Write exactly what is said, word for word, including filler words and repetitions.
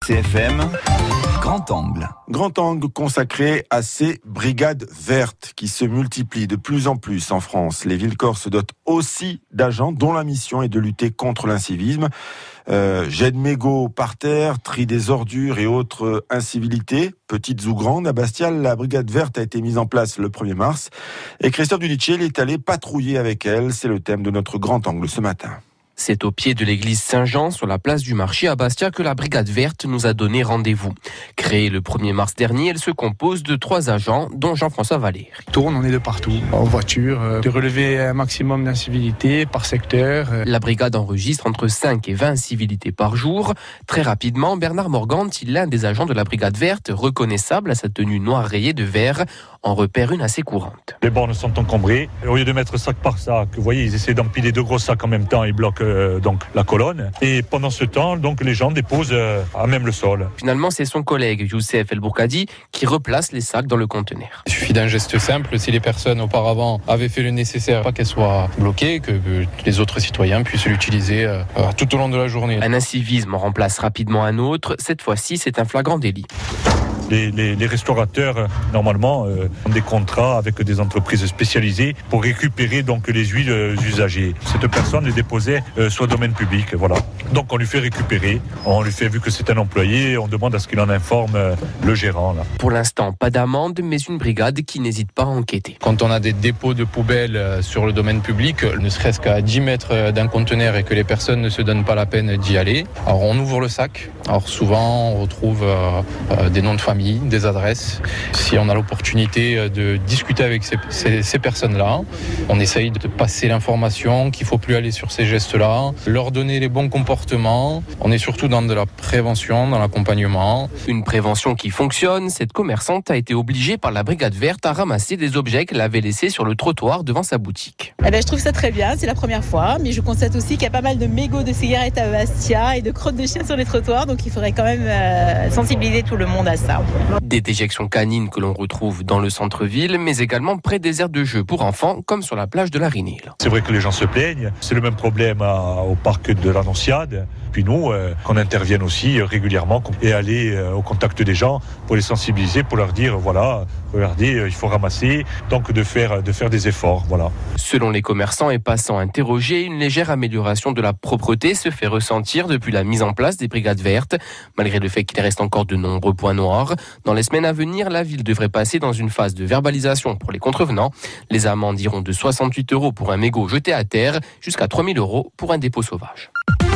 C F M, Grand Angle. Grand Angle consacré à ces brigades vertes qui se multiplient de plus en plus en France. Les villes corses se dotent aussi d'agents dont la mission est de lutter contre l'incivisme. Euh, jet de mégots par terre, tri des ordures et autres incivilités, petites ou grandes. À Bastia, la brigade verte a été mise en place le premier mars. Et Christophe Dudicelli est allé patrouiller avec elle. C'est le thème de notre Grand Angle ce matin. C'est au pied de l'église Saint-Jean, sur la place du marché à Bastia, que la brigade verte nous a donné rendez-vous. Créée le premier mars dernier, elle se compose de trois agents, dont Jean-François Valère. Tourne, on est de partout, en voiture, euh, de relever un maximum d'incivilités par secteur. Euh. La brigade enregistre entre cinq et vingt incivilités par jour. Très rapidement, Bernard Morgante, l'un des agents de la brigade verte, reconnaissable à sa tenue noire rayée de vert, en repère une assez courante. Les bornes sont encombrées. Au lieu de mettre sac par sac, vous voyez, ils essaient d'empiler deux gros sacs en même temps, ils bloquent euh, donc la colonne. Et pendant ce temps, donc les gens déposent euh, à même le sol. Finalement, c'est son collègue Youssef El Bourkadi qui replace les sacs dans le conteneur. Il suffit d'un geste simple. Si les personnes auparavant avaient fait le nécessaire, pas qu'elles soient bloquées, que, que les autres citoyens puissent l'utiliser euh, tout au long de la journée. Un incivisme remplace rapidement un autre. Cette fois-ci, c'est un flagrant délit. Les, les, les restaurateurs, normalement, euh, ont des contrats avec des entreprises spécialisées pour récupérer donc les huiles euh, usagées. Cette personne les déposait euh, sur le domaine public, voilà. Donc on lui fait récupérer, on lui fait, vu que c'est un employé, on demande à ce qu'il en informe euh, le gérant. Là. Pour l'instant, pas d'amende, mais une brigade qui n'hésite pas à enquêter. Quand on a des dépôts de poubelles sur le domaine public, ne serait-ce qu'à dix mètres d'un conteneur et que les personnes ne se donnent pas la peine d'y aller, alors on ouvre le sac. Alors souvent, on retrouve euh, euh, des noms de famille, des adresses. Si on a l'opportunité de discuter avec ces, ces, ces personnes-là, on essaye de passer l'information qu'il ne faut plus aller sur ces gestes-là, leur donner les bons comportements. On est surtout dans de la prévention, dans l'accompagnement. Une prévention qui fonctionne. Cette commerçante a été obligée par la brigade verte à ramasser des objets qu'elle avait laissés sur le trottoir devant sa boutique. Eh ben, je trouve ça très bien, c'est la première fois, mais je constate aussi qu'il y a pas mal de mégots de cigarettes à Bastia et de crottes de chiens sur les trottoirs, donc il faudrait quand même euh, sensibiliser tout le monde à ça. Des déjections canines que l'on retrouve dans le centre-ville, mais également près des aires de jeux pour enfants, comme sur la plage de la Rinille. C'est vrai que les gens se plaignent, c'est le même problème à, au parc de la Nonciade. Puis nous, euh, qu'on intervienne aussi euh, régulièrement et aller euh, au contact des gens pour les sensibiliser, pour leur dire, voilà, regardez, euh, il faut ramasser, donc de faire, de faire des efforts, voilà. Selon les commerçants et passants interrogés, une légère amélioration de la propreté se fait ressentir depuis la mise en place des brigades vertes, malgré le fait qu'il reste encore de nombreux points noirs. Dans les semaines à venir, la ville devrait passer dans une phase de verbalisation pour les contrevenants. Les amendes iront de soixante-huit euros pour un mégot jeté à terre jusqu'à trois mille euros pour un dépôt sauvage.